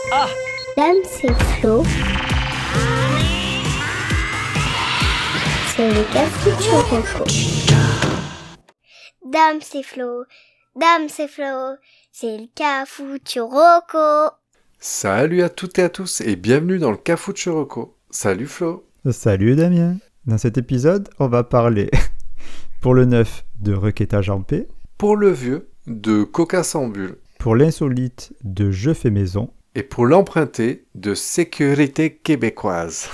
Ah, Dame, c'est Flo. C'est le Cafoucho. Dame, c'est Flo. Dame, c'est Flo. C'est le Cafoucho. Salut à toutes et à tous et bienvenue dans le Cafoucho Rocco. Salut Flo. Salut Damien. Dans cet épisode, on va parler pour le neuf de requêtage en paix, Pour le vieux, de Coca sans bulle. pour l'insolite de Je fais maison. Et pour l'emprunté, de sécurité québécoise.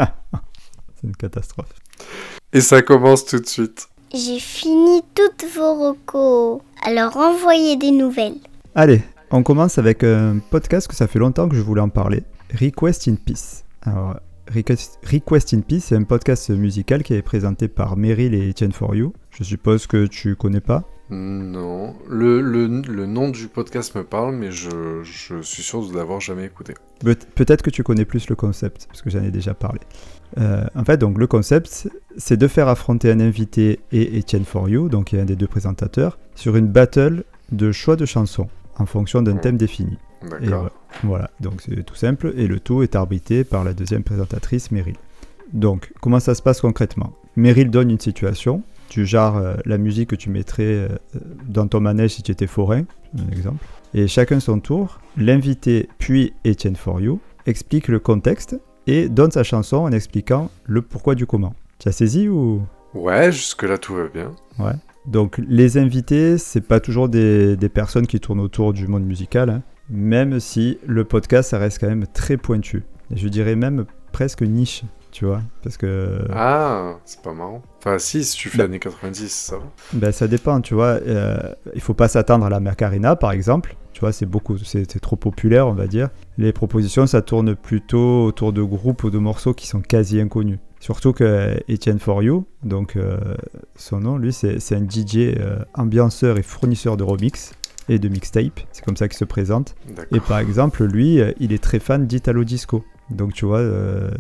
C'est une catastrophe. Et ça commence tout de suite. J'ai fini toutes vos recos. Alors envoyez des nouvelles. Allez, on commence avec un podcast que ça fait longtemps que je voulais en parler. Request in Peace. Alors, Request in Peace, c'est un podcast musical qui est présenté par Meryl et Etienne For You. Je suppose que tu connais pas. Non, le nom du podcast me parle, mais je suis sûr de l'avoir jamais écouté. Peut-être que tu connais plus le concept, parce que j'en ai déjà parlé. En fait, donc, le concept, c'est de faire affronter un invité et Etienne For You, donc qui est un des deux présentateurs, sur une battle de choix de chansons, en fonction d'un thème défini. Et D'accord. voilà, donc c'est tout simple, et le tout est arbitré par la deuxième présentatrice, Meryl. Donc, comment ça se passe concrètement ? Meryl donne une situation, du genre la musique que tu mettrais dans ton manège si tu étais forain, un exemple. Et chacun son tour, l'invité puis Etienne For You explique le contexte et donne sa chanson en expliquant le pourquoi du comment. Tu as saisi ou... Ouais, jusque-là tout va bien. Ouais. Donc les invités, c'est pas toujours des personnes qui tournent autour du monde musical, hein, même si le podcast, ça reste quand même très pointu. Et je dirais même presque niche, tu vois, parce que... Ah, c'est pas marrant. Enfin si tu fais années 90, ça va. Ben, ça dépend, tu vois. Il faut pas s'attendre à la Macarena, par exemple. Tu vois, c'est trop populaire, on va dire. Les propositions, ça tourne plutôt autour de groupes ou de morceaux qui sont quasi inconnus. Surtout que Etienne For You, donc son nom, lui, c'est un DJ ambianceur et fournisseur de remix et de mixtape. C'est comme ça qu'il se présente. D'accord. Et par exemple, lui, il est très fan d'Italo Disco. Donc tu vois,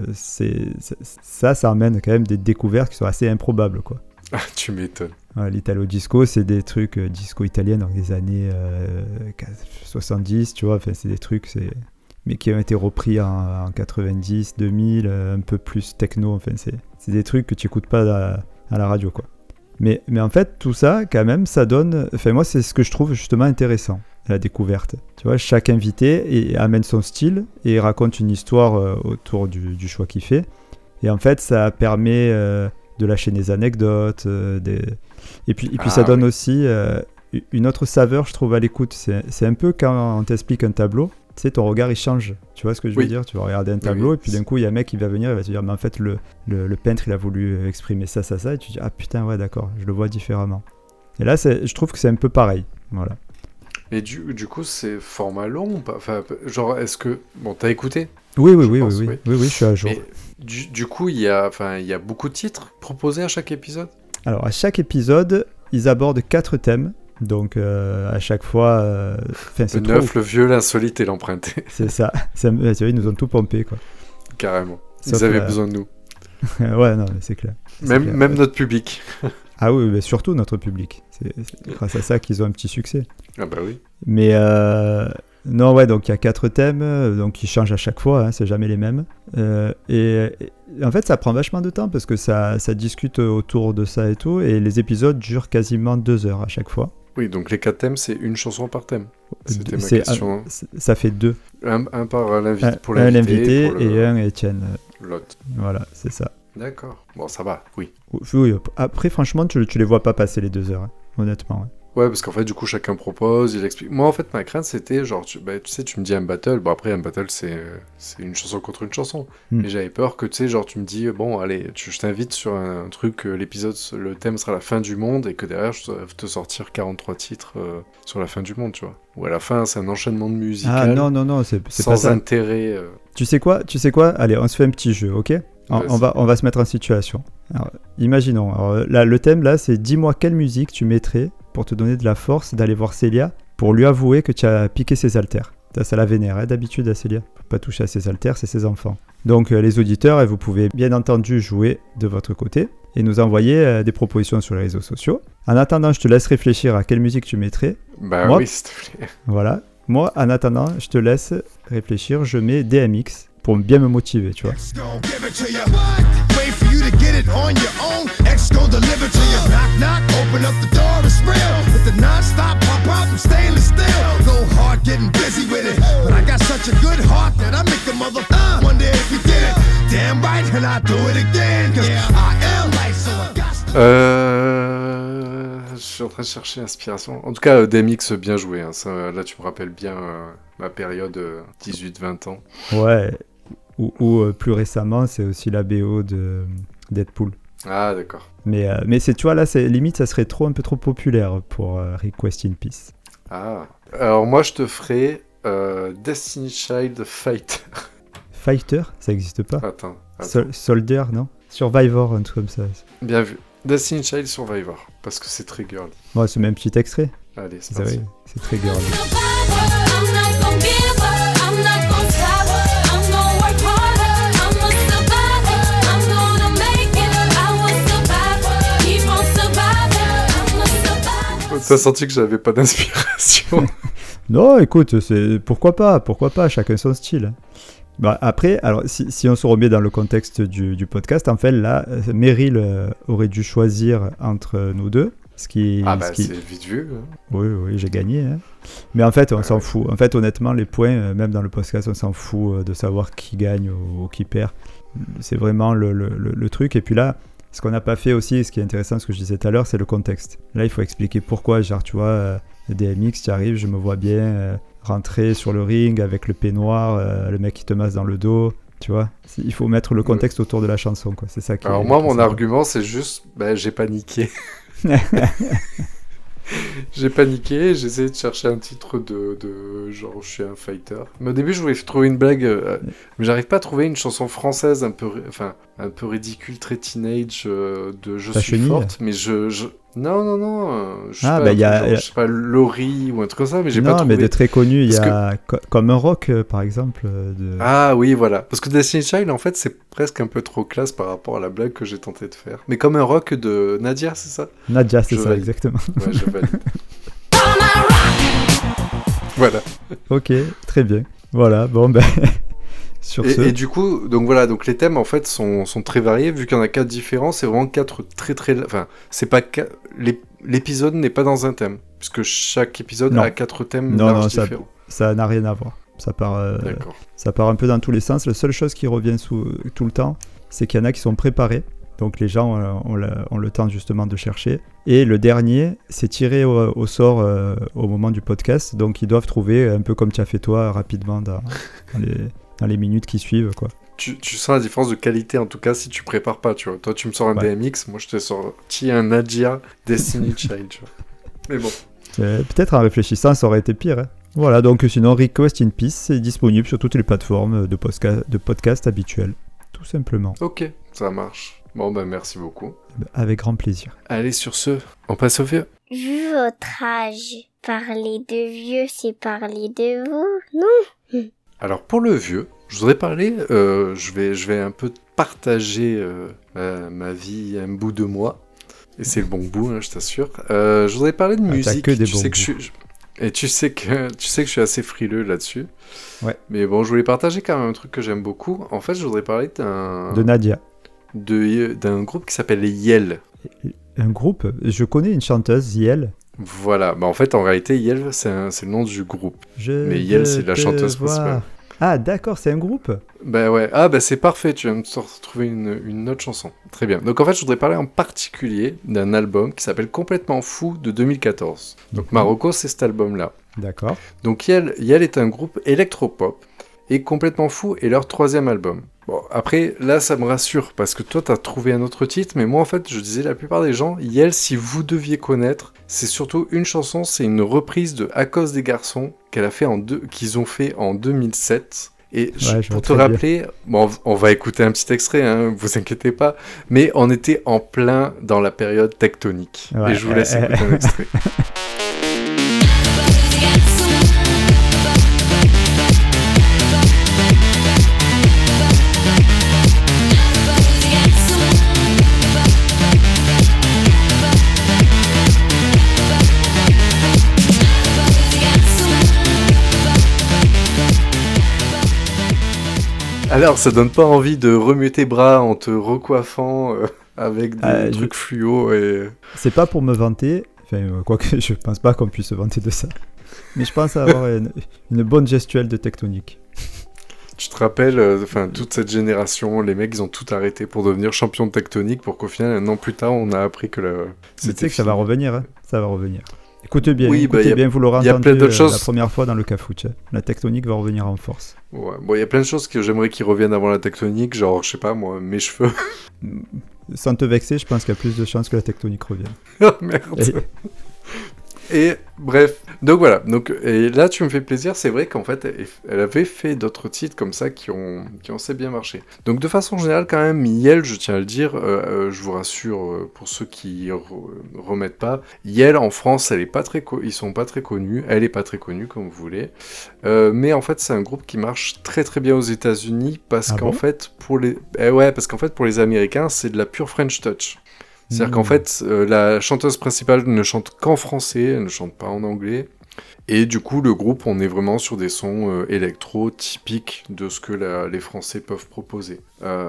ça amène quand même des découvertes qui sont assez improbables, quoi. Ah, tu m'étonnes. L'Italo Disco, c'est des trucs disco italiens dans les années 70, tu vois, enfin, c'est des trucs mais qui ont été repris en 90, 2000, un peu plus techno, enfin, c'est des trucs que tu n'écoutes pas à la radio, quoi. Mais en fait, tout ça, quand même, ça donne... Enfin, moi, c'est ce que je trouve justement intéressant, la découverte. Tu vois, chaque invité amène son style et raconte une histoire autour du choix qu'il fait. Et en fait, ça permet de lâcher des anecdotes. Et puis ça donne aussi une autre saveur, je trouve, à l'écoute. C'est un peu quand on t'explique un tableau, tu sais, ton regard, il change. Tu vois ce que je veux dire ? Tu vas regarder un tableau et puis d'un coup, il y a un mec qui va venir et va te dire, mais en fait, le peintre, il a voulu exprimer ça. Et tu dis, ah putain, ouais, d'accord, je le vois différemment. Et là, je trouve que c'est un peu pareil. Voilà. Mais du coup, c'est format long ou pas ? Enfin, genre, est-ce que... Bon, t'as écouté ? Oui, pense, oui, je suis à jour. Mais du coup, il y a beaucoup de titres proposés à chaque épisode ? Alors, à chaque épisode, ils abordent 4 thèmes. Donc, à chaque fois... c'est le neuf, le vieux, l'insolite et l'emprunté. C'est ça. C'est vrai, ils nous ont tout pompé, quoi. Carrément. Sauf Ils avaient besoin de nous. Ouais, non, mais c'est clair. Même notre public. Ah oui, mais surtout notre public. C'est grâce à ça qu'ils ont un petit succès. Ah bah oui. Mais non, ouais, donc il y a 4 thèmes, donc qui changent à chaque fois, hein, c'est jamais les mêmes. Et en fait, ça prend vachement de temps parce que ça discute autour de ça et tout, et les épisodes durent quasiment 2 heures à chaque fois. Oui, donc les 4 thèmes, c'est une chanson par thème. C'était ma C'est question. ça fait 2. Un par l'invité, pour Un l'invité l'invité et un Etienne. L'autre. Voilà, c'est ça. D'accord. Bon, ça va, oui. Oui, après, franchement, tu les vois pas passer les 2 heures, hein, honnêtement. Ouais. Ouais, parce qu'en fait, du coup, chacun propose, il explique. Moi, en fait, ma crainte, c'était genre, tu sais, tu me dis un battle. Bon, après, un battle, c'est une chanson contre une chanson. Mais j'avais peur que, tu sais, genre, tu me dis, bon, allez, je t'invite sur un truc, l'épisode, le thème sera la fin du monde, et que derrière, je dois te sortir 43 titres sur la fin du monde, tu vois. Ou à la fin, c'est un enchaînement de musique. Ah non, c'est pas ça. Sans intérêt. Tu sais quoi ? Allez, on se fait un petit jeu, ok ? On va se mettre en situation. Alors, imaginons, là, le thème, là, c'est « Dis-moi quelle musique tu mettrais pour te donner de la force d'aller voir Célia pour lui avouer que tu as piqué ses haltères. » Ça la vénère, hein, d'habitude, à Célia. Faut pas toucher à ses haltères, c'est ses enfants. Donc, les auditeurs, vous pouvez bien entendu jouer de votre côté et nous envoyer des propositions sur les réseaux sociaux. En attendant, je te laisse réfléchir à quelle musique tu mettrais. Bah moi, oui, s'il te plaît. Voilà. Moi, en attendant, je te laisse réfléchir. Je mets DMX pour bien me motiver, tu vois. Je suis en train de chercher l'inspiration. En tout cas, DMX, bien joué. Hein. Ça, là, tu me rappelles bien ma période 18-20 ans. Ouais. Ou plus récemment, c'est aussi la BO de Deadpool. Ah, d'accord. Mais c'est, tu vois, là, c'est, limite, ça serait un peu trop populaire pour Request in Peace. Ah. Alors, moi, je te ferai Destiny Child Fighter. Fighter, ça n'existe pas. Attends. Soldier, non? Survivor, un truc comme ça. Bien vu. Destiny Child Survivor, parce que c'est très girly. Ouais, c'est même petit extrait. Allez, c'est parti. C'est très girly. T'as senti que j'avais pas d'inspiration? Non, écoute, pourquoi pas, chacun son style. Bah, après, alors si on se remet dans le contexte du podcast, en fait, là, Meryl aurait dû choisir entre nous deux. C'est vite vu. Hein. Oui, j'ai gagné. Hein. Mais en fait, on s'en fout. En fait, honnêtement, les points, même dans le podcast, on s'en fout de savoir qui gagne ou qui perd. C'est vraiment le truc. Et puis là, ce qu'on n'a pas fait aussi, ce qui est intéressant, ce que je disais tout à l'heure, c'est le contexte. Là, il faut expliquer pourquoi. Genre, tu vois, DMX, tu arrives, je me vois bien rentrer sur le ring avec le peignoir, le mec qui te masse dans le dos. Tu vois, il faut mettre le contexte autour de la chanson, quoi. C'est ça qui. Alors moi, mon argument, c'est juste, j'ai paniqué. J'ai paniqué, j'ai essayé de chercher un titre de genre je suis un fighter. Mais au début je voulais trouver une blague, mais j'arrive pas à trouver une chanson française un peu ridicule, très teenage de je Ta suis chenille. forte, mais non, je sais Ah, pas, bah, y a- je sais pas, Laurie ou un truc comme ça, mais j'ai non, pas trouvé. mais de très connu, il y Parce a comme un rock, par exemple. Ah oui, voilà. Parce que Destiny Child, en fait, c'est presque un peu trop classe par rapport à la blague que j'ai tenté de faire. Mais comme un rock de Nadia, c'est ça? Nadia, c'est Je ça, valide. exactement. Ouais, je valide. Voilà. Ok, très bien. Voilà, bon, ben, sur ce. Et du coup, donc voilà, donc les thèmes en fait sont très variés, vu qu'il y en a 4 différents, c'est vraiment 4 très... Enfin, c'est pas... L'épisode n'est pas dans un thème, puisque chaque épisode Non. a 4 thèmes Non, larges non, différents. Ça n'a rien à voir. Ça part, D'accord. ça part un peu dans tous les sens. La seule chose qui revient tout le temps, c'est qu'il y en a qui sont préparés. Donc les gens ont le temps justement de chercher. Et le dernier, c'est tiré au sort au moment du podcast. Donc ils doivent trouver, un peu comme tu as fait toi, rapidement dans les minutes qui suivent, quoi. Tu sens la différence de qualité, en tout cas, si tu prépares pas, tu vois. Toi, tu me sors un Ouais. DMX, moi, je te sorti un Nadia Destiny Child, tu vois. Mais bon. Peut-être en réfléchissant, ça aurait été pire. Hein. Voilà, donc sinon, Request in Peace, c'est disponible sur toutes les plateformes de podcast habituelles. Tout simplement. Ok, ça marche. Bon, merci beaucoup. Avec grand plaisir. Allez, sur ce, on passe au vieux. Vu votre âge, parler de vieux, c'est parler de vous, non? Alors, pour le vieux, je voudrais parler, je vais un peu partager ma vie, un bout de moi. Et c'est le bon bout, hein, je t'assure. Je voudrais parler de musique. que des tu bons sais que tu sais que je suis assez frileux là-dessus. Ouais. Mais bon, je voulais partager quand même un truc que j'aime beaucoup. En fait, je voudrais parler De Nadia. d'un groupe qui s'appelle Yel. Un groupe, je connais une chanteuse, Yel. Voilà, en fait, en réalité, Yel, c'est le nom du groupe. Mais Yel, c'est la chanteuse principale. Ah, d'accord, c'est un groupe. Ouais, c'est parfait, tu viens de retrouver une autre chanson. Très bien. Donc en fait, je voudrais parler en particulier d'un album qui s'appelle Complètement Fou de 2014. Donc Marocco, c'est cet album-là. D'accord. Donc Yel est un groupe électropop et Complètement Fou est leur 3e album. Bon, après, là, ça me rassure parce que toi, t'as trouvé un autre titre, mais moi, en fait, je disais la plupart des gens, Yel, si vous deviez connaître, c'est surtout une chanson, c'est une reprise de À cause des garçons qu'ils ont fait en 2007. Et pour te rappeler, on va écouter un petit extrait, hein, vous inquiétez pas, mais on était en plein dans la période tectonique. Ouais, et je vous laisse écouter un extrait. Alors, ça donne pas envie de remuer tes bras en te recoiffant avec des trucs fluo et... C'est pas pour me vanter, enfin, quoique je pense pas qu'on puisse se vanter de ça, mais je pense avoir une bonne gestuelle de Tectonic. Tu te rappelles, toute cette génération, les mecs, ils ont tout arrêté pour devenir champion de Tectonic pour qu'au final, un an plus tard, on a appris que c'était tu sais que ça va revenir, hein. Ça va revenir. Écoutez bien, vous l'aurez entendu la première fois dans le Cafouche. La Tectonic va revenir en force. Ouais, bon, il y a plein de choses que j'aimerais qu'ils reviennent avant la Tectonic, genre, je sais pas moi, mes cheveux. Sans te vexer, je pense qu'il y a plus de chances que la Tectonic revienne. Oh merde. Et bref, donc voilà, et là tu me fais plaisir, c'est vrai qu'en fait elle avait fait d'autres titres comme ça qui ont assez bien marché. Donc de façon générale quand même, Yel, je tiens à le dire, je vous rassure pour ceux qui remettent pas, Yel en France ils sont pas très connus, elle est pas très connue comme vous voulez, mais en fait c'est un groupe qui marche très très bien aux États-Unis parce qu'en fait pour les Américains c'est de la pure French touch. C'est-à-dire qu'en fait, la chanteuse principale ne chante qu'en français, elle ne chante pas en anglais. Et du coup, le groupe, on est vraiment sur des sons électro typiques de ce que les Français peuvent proposer.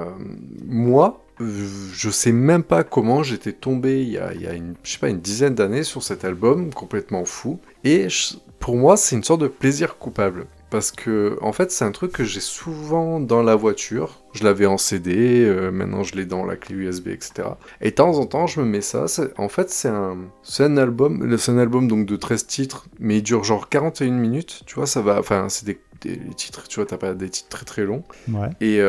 Moi, je sais même pas comment j'étais tombé il y a une dizaine d'années sur cet album, complètement fou. Et pour moi, c'est une sorte de plaisir coupable. Parce que, en fait, c'est un truc que j'ai souvent dans la voiture. Je l'avais en CD, maintenant je l'ai dans la clé USB, etc. Et de temps en temps, je me mets ça. En fait, c'est un album donc de 13 titres, mais il dure genre 41 minutes. Tu vois, ça va. Enfin, c'est des titres, tu vois, t'as pas des titres très très longs. Ouais.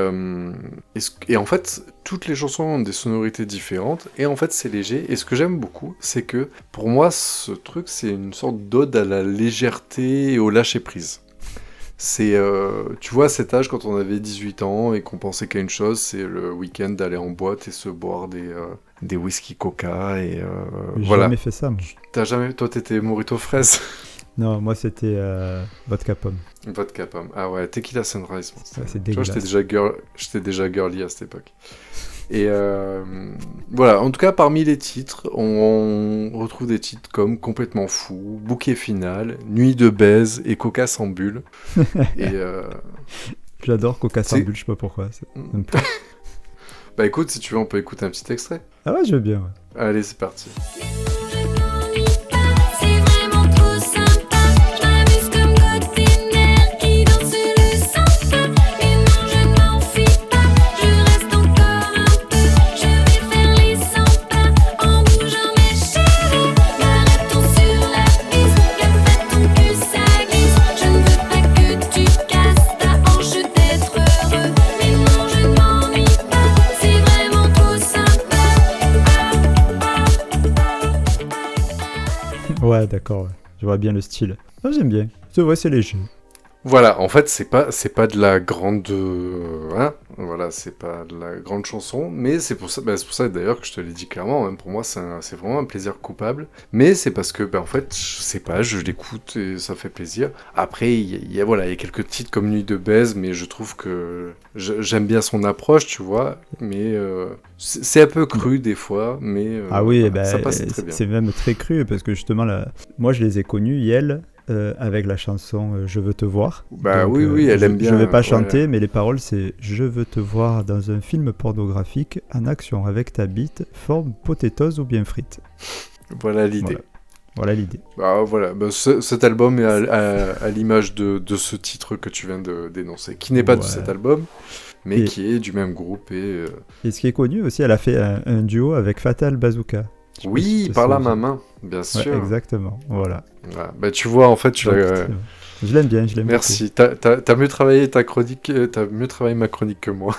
Et en fait, toutes les chansons ont des sonorités différentes. Et en fait, c'est léger. Et ce que j'aime beaucoup, c'est que pour moi, ce truc, c'est une sorte d'ode à la légèreté et au lâcher-prise. C'est, tu vois, à cet âge, quand on avait 18 ans et qu'on pensait qu'à une chose, c'est le week-end d'aller en boîte et se boire des whisky coca et J'ai voilà. jamais fait ça, moi. Toi, t'étais mojito fraise. Non, moi, c'était vodka pomme. Vodka pomme. Ah ouais, tequila sunrise. Ça, c'est dégueulasse. Toi, j'étais déjà girly à cette époque. Et voilà, en tout cas, parmi les titres, on retrouve des titres comme Complètement fou, Bouquet final, Nuit de baise et Coca sans bulle. Et j'adore Coca sans bulle, je sais pas pourquoi. Bah écoute, si tu veux, on peut écouter un petit extrait. Ah ouais, je veux bien. Ouais. Allez, c'est parti. Ouais, d'accord. Ouais. Je vois bien le style. Ah, j'aime bien. C'est léger. Voilà, en fait, c'est pas de la grande, voilà, c'est pas de la grande chanson, mais c'est pour ça d'ailleurs que je te l'ai dit clairement. Même pour moi, c'est vraiment un plaisir coupable. Mais c'est parce que, en fait, je sais pas, je l'écoute et ça fait plaisir. Après, il y a quelques titres comme Nuit de baise, mais je trouve que j'aime bien son approche, tu vois. Mais c'est un peu cru des fois, mais ah oui, ça passe très bien. C'est même très cru parce que justement, moi, je les ai connus, Yel. Avec la chanson Je veux te voir. Bah donc, oui, elle aime bien. Je vais pas chanter, mais les paroles c'est Je veux te voir dans un film pornographique en action avec ta bite, forme potatoes ou bien frites. Voilà l'idée. Voilà l'idée. Bah, voilà, cet album est à l'image de ce titre que tu viens de dénoncer, qui n'est pas de cet album, mais qui est du même groupe. Et ce qui est connu aussi, elle a fait un duo avec Fatal Bazooka. Oui, par là ma main, bien sûr. Ouais, exactement, voilà. Bah tu vois, en fait, je l'aime bien, je l'aime Merci, t'as mieux travaillé ta chronique, t'as mieux travaillé ma chronique que moi.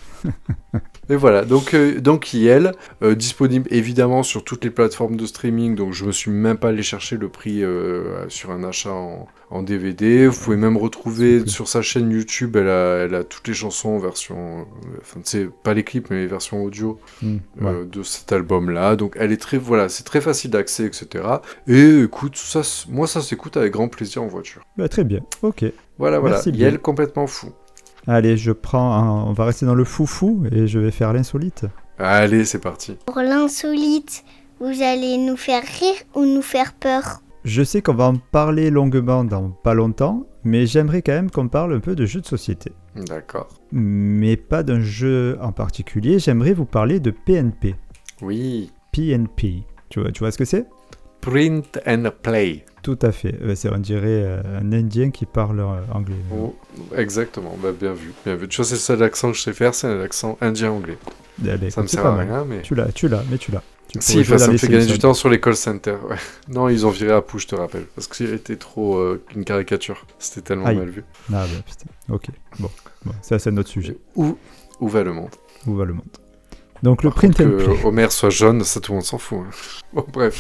Et voilà, donc Yel, disponible évidemment sur toutes les plateformes de streaming, donc je me suis même pas allé chercher le prix sur un achat en DVD. Vous pouvez même retrouver sur sa chaîne YouTube, elle a toutes les chansons en version, c'est pas les clips mais les versions audio de cet album-là. Donc elle est c'est très facile d'accès, etc. Et écoute, moi ça s'écoute avec grand plaisir en voiture. Bah, très bien, ok. Voilà, Yel complètement fou. Allez, on va rester dans le foufou et je vais faire l'insolite. Allez, c'est parti. Pour l'insolite, vous allez nous faire rire ou nous faire peur ? Je sais qu'on va en parler longuement dans pas longtemps, mais j'aimerais quand même qu'on parle un peu de jeux de société. D'accord. Mais pas d'un jeu en particulier, j'aimerais vous parler de PNP. Oui. PNP. Tu vois ce que c'est ? Print and play. Tout à fait. On dirait un Indien qui parle anglais. Oh, exactement, bien vu. Tu vois, c'est le seul accent que je sais faire, c'est l'accent indien-anglais. Ça me sert à rien, mais... Tu l'as. Tu si, ça me fait gagner du temps sur les call centers. Ouais. Non, ils ont viré Apu, je te rappelle. Parce qu'il était trop une caricature. C'était tellement mal vu. Ah bah putain. Ok. Bon. Ça, c'est notre sujet. Où va le monde ? Où va le monde ? Donc le Par print and contre, play. que Homer soit jaune, ça tout le monde s'en fout. Hein. Bon, bref.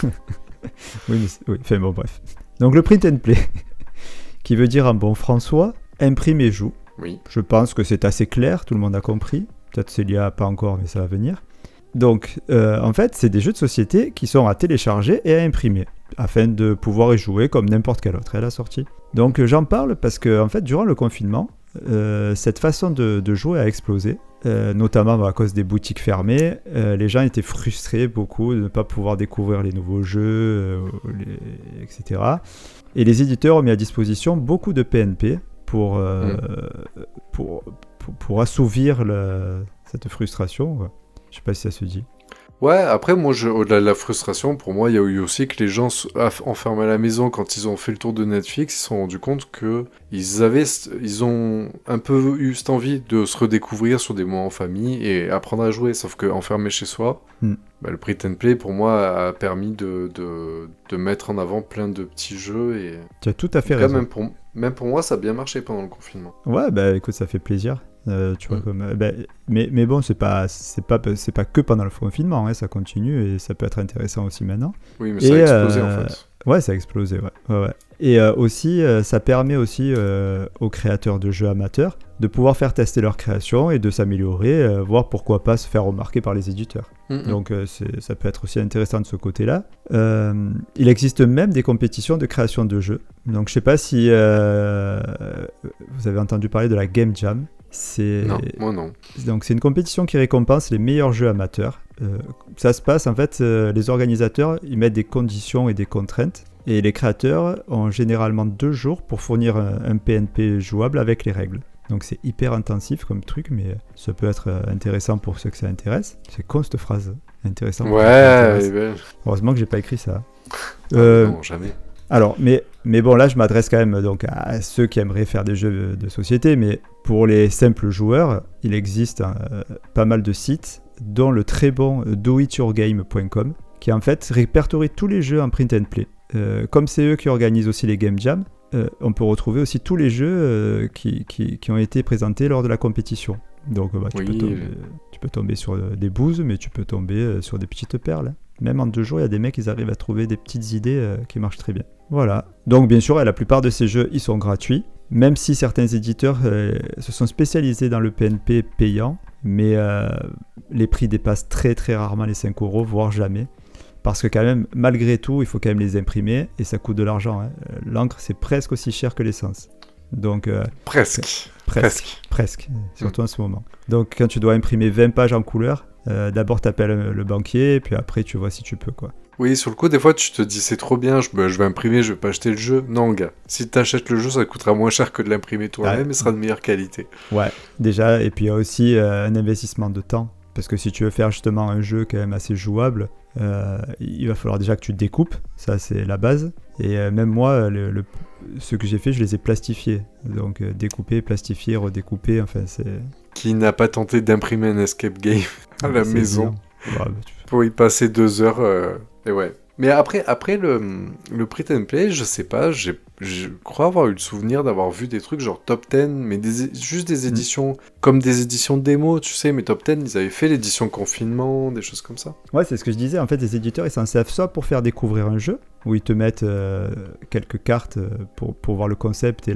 Bref. Donc le print and play, qui veut dire en bon François, imprime et joue. Oui. Je pense que c'est assez clair, tout le monde a compris. Peut-être Célia pas encore, mais ça va venir. Donc en fait, c'est des jeux de société qui sont à télécharger et à imprimer, afin de pouvoir y jouer comme n'importe quel autre à la sortie. Donc j'en parle parce que en fait, durant le confinement, cette façon de jouer a explosé. Notamment à cause des boutiques fermées, les gens étaient frustrés beaucoup de ne pas pouvoir découvrir les nouveaux jeux, etc. Et les éditeurs ont mis à disposition beaucoup de PNP pour assouvir cette frustration. Quoi. Je sais pas si ça se dit. Ouais, après, moi, au-delà de la frustration, pour moi, il y a eu aussi que les gens enfermés à la maison, quand ils ont fait le tour de Netflix, ils se sont rendus compte ils ont un peu eu cette envie de se redécouvrir sur des moments en famille et apprendre à jouer. Sauf qu'enfermé chez soi, le print and play, pour moi, a permis de mettre en avant plein de petits jeux. Et... Tu as tout à fait raison. Même pour moi, ça a bien marché pendant le confinement. Ouais, bah écoute, ça fait plaisir. Tu vois, mais bon, c'est pas que pendant le confinement, hein, ça continue et ça peut être intéressant aussi maintenant. Oui, mais ça a explosé en fait. Ouais, ça a explosé, ouais. Et aussi, ça permet aussi aux créateurs de jeux amateurs de pouvoir faire tester leur création et de s'améliorer, voire pourquoi pas se faire remarquer par les éditeurs. Donc ça peut être aussi intéressant de ce côté-là. Il existe même des compétitions de création de jeux. Donc je sais pas si vous avez entendu parler de la Game Jam. Non, moi non. Donc c'est une compétition qui récompense les meilleurs jeux amateurs. Ça se passe en fait, les organisateurs ils mettent des conditions et des contraintes et les créateurs ont généralement 2 jours pour fournir un PNP jouable avec les règles. Donc c'est hyper intensif comme truc, mais ça peut être intéressant pour ceux que ça intéresse. C'est con cette phrase, intéressant. Ouais, heureusement que j'ai pas écrit ça. Non, jamais. Alors, mais bon, là, je m'adresse quand même donc à ceux qui aimeraient faire des jeux de société, mais pour les simples joueurs, il existe pas mal de sites, dont le très bon doityourgame.com, qui en fait répertorie tous les jeux en print and play. Comme c'est eux qui organisent aussi les Game Jam, on peut retrouver aussi tous les jeux qui ont été présentés lors de la compétition. Donc, tu peux tomber sur des bouses, mais tu peux tomber sur des petites perles. Même en 2 jours, il y a des mecs qui arrivent à trouver des petites idées qui marchent très bien. Voilà. Donc bien sûr, la plupart de ces jeux, ils sont gratuits. Même si certains éditeurs se sont spécialisés dans le PNP payant. Mais les prix dépassent très très rarement les 5 €, voire jamais. Parce que quand même, malgré tout, il faut quand même les imprimer. Et ça coûte de l'argent. Hein. L'encre, c'est presque aussi cher que l'essence. Donc, Presque. Surtout en ce moment. Donc quand tu dois imprimer 20 pages en couleur, d'abord t'appelles le banquier, puis après tu vois si tu peux quoi. Oui, sur le coup, des fois tu te dis c'est trop bien, je vais imprimer, je vais pas acheter le jeu. Non gars, si t'achètes le jeu, ça coûtera moins cher que de l'imprimer toi-même et sera de meilleure qualité. Ouais, déjà, et puis il y a aussi un investissement de temps. Parce que si tu veux faire justement un jeu quand même assez jouable, il va falloir déjà que tu découpes, ça c'est la base. Et même moi, ce que j'ai fait, je les ai plastifiés. Donc découper, plastifier, redécouper, enfin c'est... Qui n'a pas tenté d'imprimer un escape game à la maison pour y passer 2 heures et ouais. Mais après le print and play, je sais pas, je crois avoir eu le souvenir d'avoir vu des trucs genre top 10, mais juste des éditions, comme des éditions démo, tu sais, mais top 10, ils avaient fait l'édition confinement, des choses comme ça. Ouais, c'est ce que je disais, en fait, les éditeurs, ils s'en servent soit pour faire découvrir un jeu, où ils te mettent quelques cartes pour voir le concept et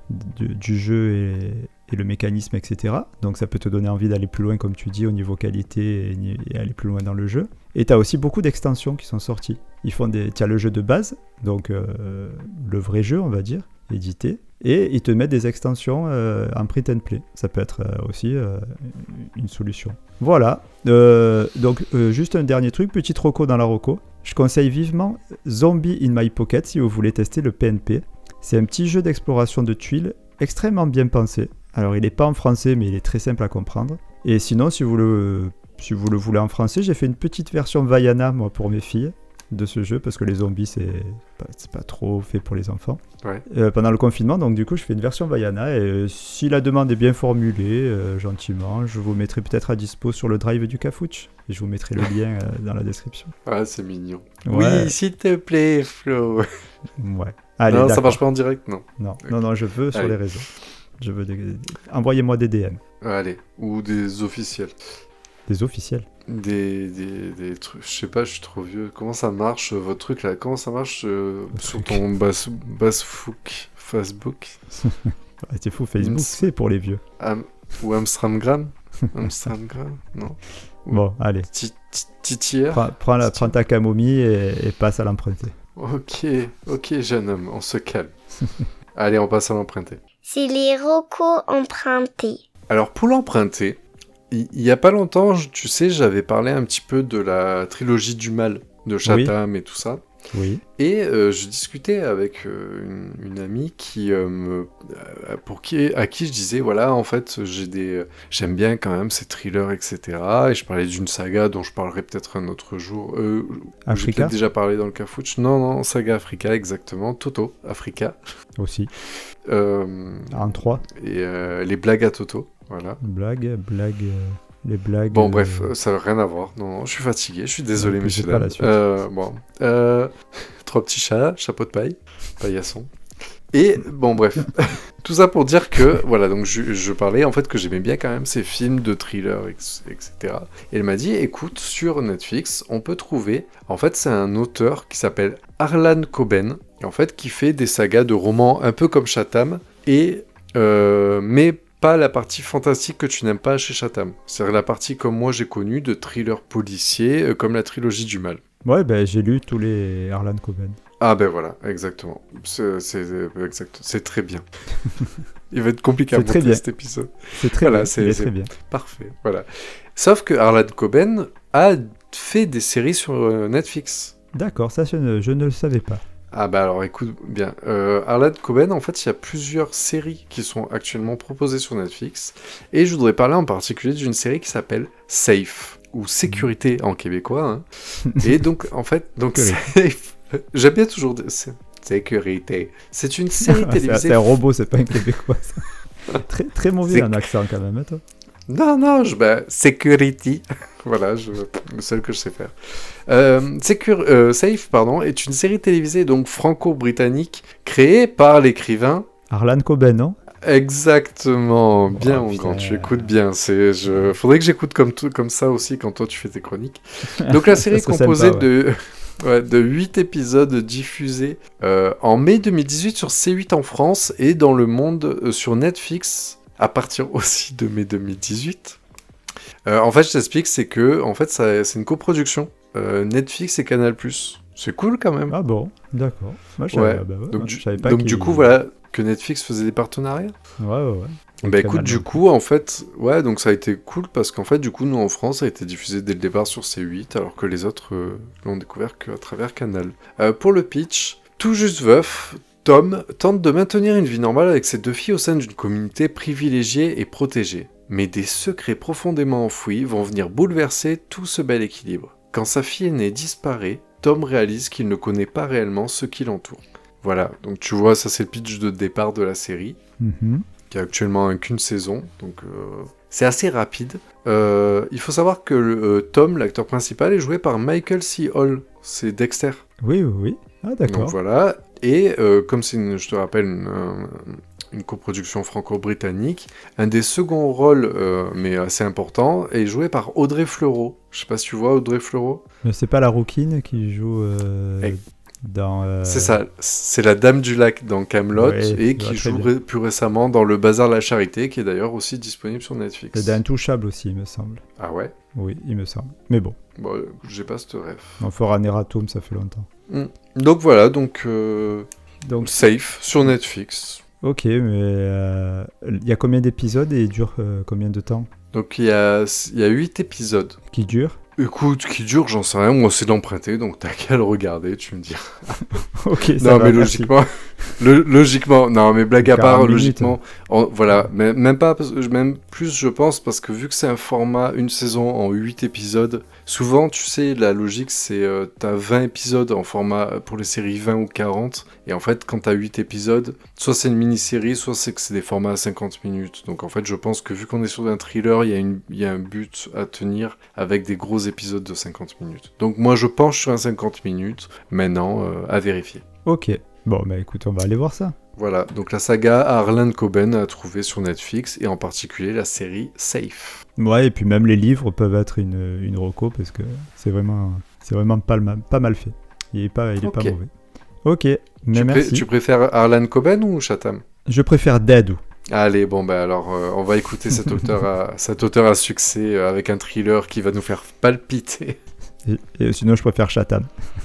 du jeu et le mécanisme, etc. Donc ça peut te donner envie d'aller plus loin, comme tu dis, au niveau qualité et aller plus loin dans le jeu. Et tu as aussi beaucoup d'extensions qui sont sorties. Tu as le jeu de base, donc le vrai jeu, on va dire, édité, et ils te mettent des extensions en print and play. Ça peut être aussi une solution. Voilà, donc juste un dernier truc, petit reco dans la reco. Je conseille vivement Zombie in My Pocket si vous voulez tester le PNP. C'est un petit jeu d'exploration de tuiles extrêmement bien pensé. Alors, il n'est pas en français, mais il est très simple à comprendre. Et sinon, si vous le voulez en français, j'ai fait une petite version Vaiana, moi, pour mes filles, de ce jeu, parce que les zombies, c'est pas trop fait pour les enfants. Ouais. Pendant le confinement, donc du coup, je fais une version Vaiana, et si la demande est bien formulée, gentiment, je vous mettrai peut-être à dispo sur le drive du Cafouche, et je vous mettrai le lien dans la description. Ah, c'est mignon. Ouais. Oui, s'il te plaît, Flo. Ouais. Allez, Non, d'accord. ça marche pas en direct, non. Non, je veux sur Allez. les réseaux. Je veux envoyez-moi des DM. Allez, ou des officiels. Des officiels. Des trucs, je sais pas, je suis trop vieux. Comment ça marche, votre truc là? Comment ça marche sur truc. ton Facebook? Ah, t'es fou, Facebook, c'est pour les vieux. Ou Amstramgram? Amstramgram? Non. Bon, allez. Titière? Prends ta camomille et passe à l'emprunter. Ok, jeune homme, on se calme. Allez, on passe à l'emprunter. C'est les recos empruntés. Alors, pour l'emprunter, il y a pas longtemps, tu sais, j'avais parlé un petit peu de la trilogie du mal de Chatham et tout ça. Oui. Et je discutais avec une amie à qui je disais, voilà, en fait, j'aime bien quand même ces thrillers, etc. Et je parlais d'une saga dont je parlerai peut-être un autre jour. J'ai Africa peut-être déjà parlé dans le Cafouche. Non, saga Africa, exactement. Toto, Africa. Aussi. En 3. Et les blagues à Toto, voilà. Les blagues... Bon, bref, ça n'a rien à voir. Non, je suis fatigué, je suis désolé, Ouais, monsieur. pas la suite. Trois petits chats, chapeau de paille, paillasson. Et bon, bref, tout ça pour dire que, voilà, donc je parlais en fait que j'aimais bien quand même ces films de thriller, etc. Et elle m'a dit, écoute, sur Netflix, on peut trouver, en fait, c'est un auteur qui s'appelle Harlan Coben, et en fait, qui fait des sagas de romans un peu comme Chatham, mais pas la partie fantastique que tu n'aimes pas chez Chatham. C'est la partie comme moi j'ai connu de thriller policier, comme la trilogie du mal. Ouais, ben j'ai lu tous les Harlan Coben. Ah ben voilà, exactement. C'est très bien. Il va être compliqué à monter cet épisode. C'est très bien, c'est très bien. Parfait, voilà. Sauf que Harlan Coben a fait des séries sur Netflix. D'accord, ça je ne le savais pas. Ah bah alors écoute bien, Harlan Coben, en fait il y a plusieurs séries qui sont actuellement proposées sur Netflix, et je voudrais parler en particulier d'une série qui s'appelle Safe, ou Sécurité en québécois, hein. Et donc en fait, Safe, j'aime bien toujours dire Sécurité, c'est une série télévisée... c'est un robot, c'est pas un québécois, ça. Très, très mauvais en accent quand même, hein, toi. Non, Security. Voilà, le seul que je sais faire. Safe, est une série télévisée donc franco-britannique créée par l'écrivain Harlan Coben, non? Exactement, bien mon grand, tu écoutes bien. Faudrait que j'écoute comme ça aussi quand toi tu fais tes chroniques. Donc la série est composée de 8 épisodes diffusés en mai 2018 sur C8 en France et dans le monde sur Netflix à partir aussi de mai 2018. En fait, je t'explique, c'est que en fait, c'est une coproduction Netflix et Canal+. C'est cool quand même. Ah bon, d'accord. Moi, donc du coup, voilà, que Netflix faisait des partenariats. Ouais. Bah écoute, du coup, en fait, ouais, donc ça a été cool parce qu'en fait, du coup, nous en France, ça a été diffusé dès le départ sur C8, alors que les autres l'ont découvert qu'à travers Canal. Pour le pitch, tout juste veuf, Tom tente de maintenir une vie normale avec ses 2 filles au sein d'une communauté privilégiée et protégée. Mais des secrets profondément enfouis vont venir bouleverser tout ce bel équilibre. Quand sa fille aînée disparaît, Tom réalise qu'il ne connaît pas réellement ce qui l'entoure. Voilà, donc tu vois, ça c'est le pitch de départ de la série, qui a actuellement qu'une saison, donc c'est assez rapide. Il faut savoir que Tom, l'acteur principal, est joué par Michael C. Hall, c'est Dexter. Oui. Ah d'accord. Donc voilà, et comme c'est, je te rappelle, une coproduction franco-britannique, un des seconds rôles, mais assez important, est joué par Audrey Fleurot. Je sais pas si tu vois Audrey Fleurot. Mais c'est pas la rouquine qui joue dans... C'est ça, c'est la Dame du Lac dans Kaamelott, et qui joue plus récemment dans Le Bazar de la Charité, qui est d'ailleurs aussi disponible sur Netflix. C'est d'Intouchable aussi, il me semble. Ah ouais? Oui, il me semble. Mais bon. Bon, j'ai pas ce rêve. On fera un erratum, ça fait longtemps. Donc voilà, donc Safe sur Netflix. Ok, mais il y a combien d'épisodes et il dure combien de temps? Donc il y a 8 épisodes. Qui durent Écoute, qui dure, j'en sais rien. Moi, c'est d'emprunter, donc t'as qu'à le regarder, tu me dis. Ok, ça Non, va, mais merci. logiquement, non, mais blague à 40 part, minutes. logiquement, voilà, mais même pas, même plus, je pense, parce que vu que c'est un format, une saison en 8 épisodes, souvent, tu sais, la logique, c'est, t'as 20 épisodes en format, pour les séries 20 ou 40, et en fait, quand t'as 8 épisodes, soit c'est une mini-série, soit c'est que c'est des formats à 50 minutes. Donc, en fait, je pense que vu qu'on est sur un thriller, il y a un but à tenir avec des gros épisodes de 50 minutes. Donc, moi, je penche sur un 50 minutes, maintenant, à vérifier. Ok. Bon, bah écoute, on va aller voir ça. Voilà, donc la saga Harlan Coben à trouver sur Netflix, et en particulier la série Safe. Ouais, et puis même les livres peuvent être une reco parce que c'est vraiment pas mal fait. Il est pas Ok. mauvais. Ok, mais merci. Tu préfères Harlan Coben ou Chatham? Je préfère Deadou. Allez, bon bah alors on va écouter cet auteur à succès avec un thriller qui va nous faire palpiter. Et sinon, je préfère Chatham.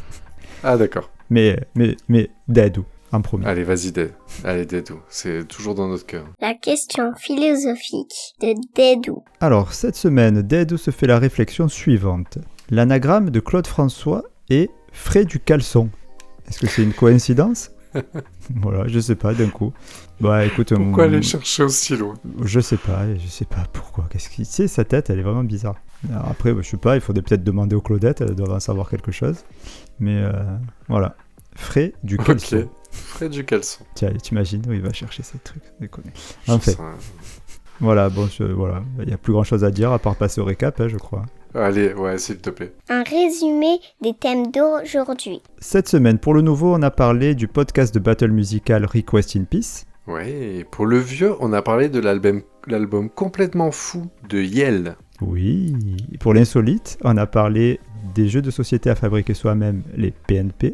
Ah d'accord. Mais Deadou, en premier. Allez, vas-y Allez Dédou, c'est toujours dans notre cœur. La question philosophique de Dédou. Alors, cette semaine, Deadou se fait la réflexion suivante. L'anagramme de Claude François est frais du caleçon. Est-ce que c'est une coïncidence? Voilà, je sais pas, d'un coup. Bah écoute, Pourquoi aller chercher aussi loin? je sais pas pourquoi. Qu'est-ce qu'il sait, sa tête, elle est vraiment bizarre. Alors après, je sais pas, il faudrait peut-être demander aux Claudettes, elles doivent en savoir quelque chose. Mais voilà, frais du caleçon. Ok, frais du caleçon. Tiens, t'imagines où il va chercher ces trucs, déconner. Je En fait, sais rien. voilà, bon, voilà, il n'y a plus grand chose à dire à part passer au récap, je crois. Allez, ouais, s'il te plaît. Un résumé des thèmes d'aujourd'hui. Cette semaine, pour le nouveau, on a parlé du podcast de battle musical Request in Peace. Ouais, et pour le vieux, on a parlé de l'album complètement fou de Yell. Oui, pour l'insolite, on a parlé des jeux de société à fabriquer soi-même, les PNP.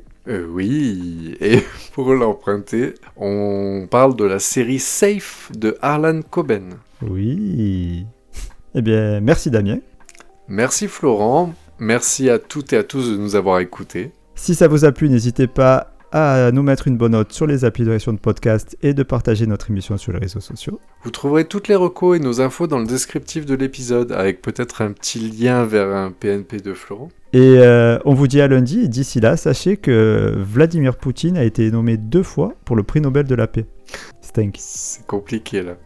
Oui, et pour l'emprunter, on parle de la série Safe de Harlan Coben. Oui. Eh bien, merci Damien. Merci Florent, merci à toutes et à tous de nous avoir écoutés. Si ça vous a plu, n'hésitez pas à nous mettre une bonne note sur les applications de podcast et de partager notre émission sur les réseaux sociaux. Vous trouverez toutes les recos et nos infos dans le descriptif de l'épisode, avec peut-être un petit lien vers un PNP de Florent. Et on vous dit à lundi, et d'ici là, sachez que Vladimir Poutine a été nommé 2 fois pour le prix Nobel de la paix. Stank. C'est compliqué là.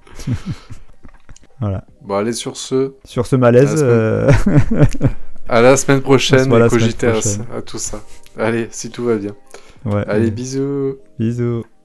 Voilà. Bon, allez, sur ce, Sur ce malaise, à la semaine prochaine, On se voit la et semaine cogitez prochaine. à tout ça. Allez, si tout va bien. ouais. Allez, bisous. Bisous.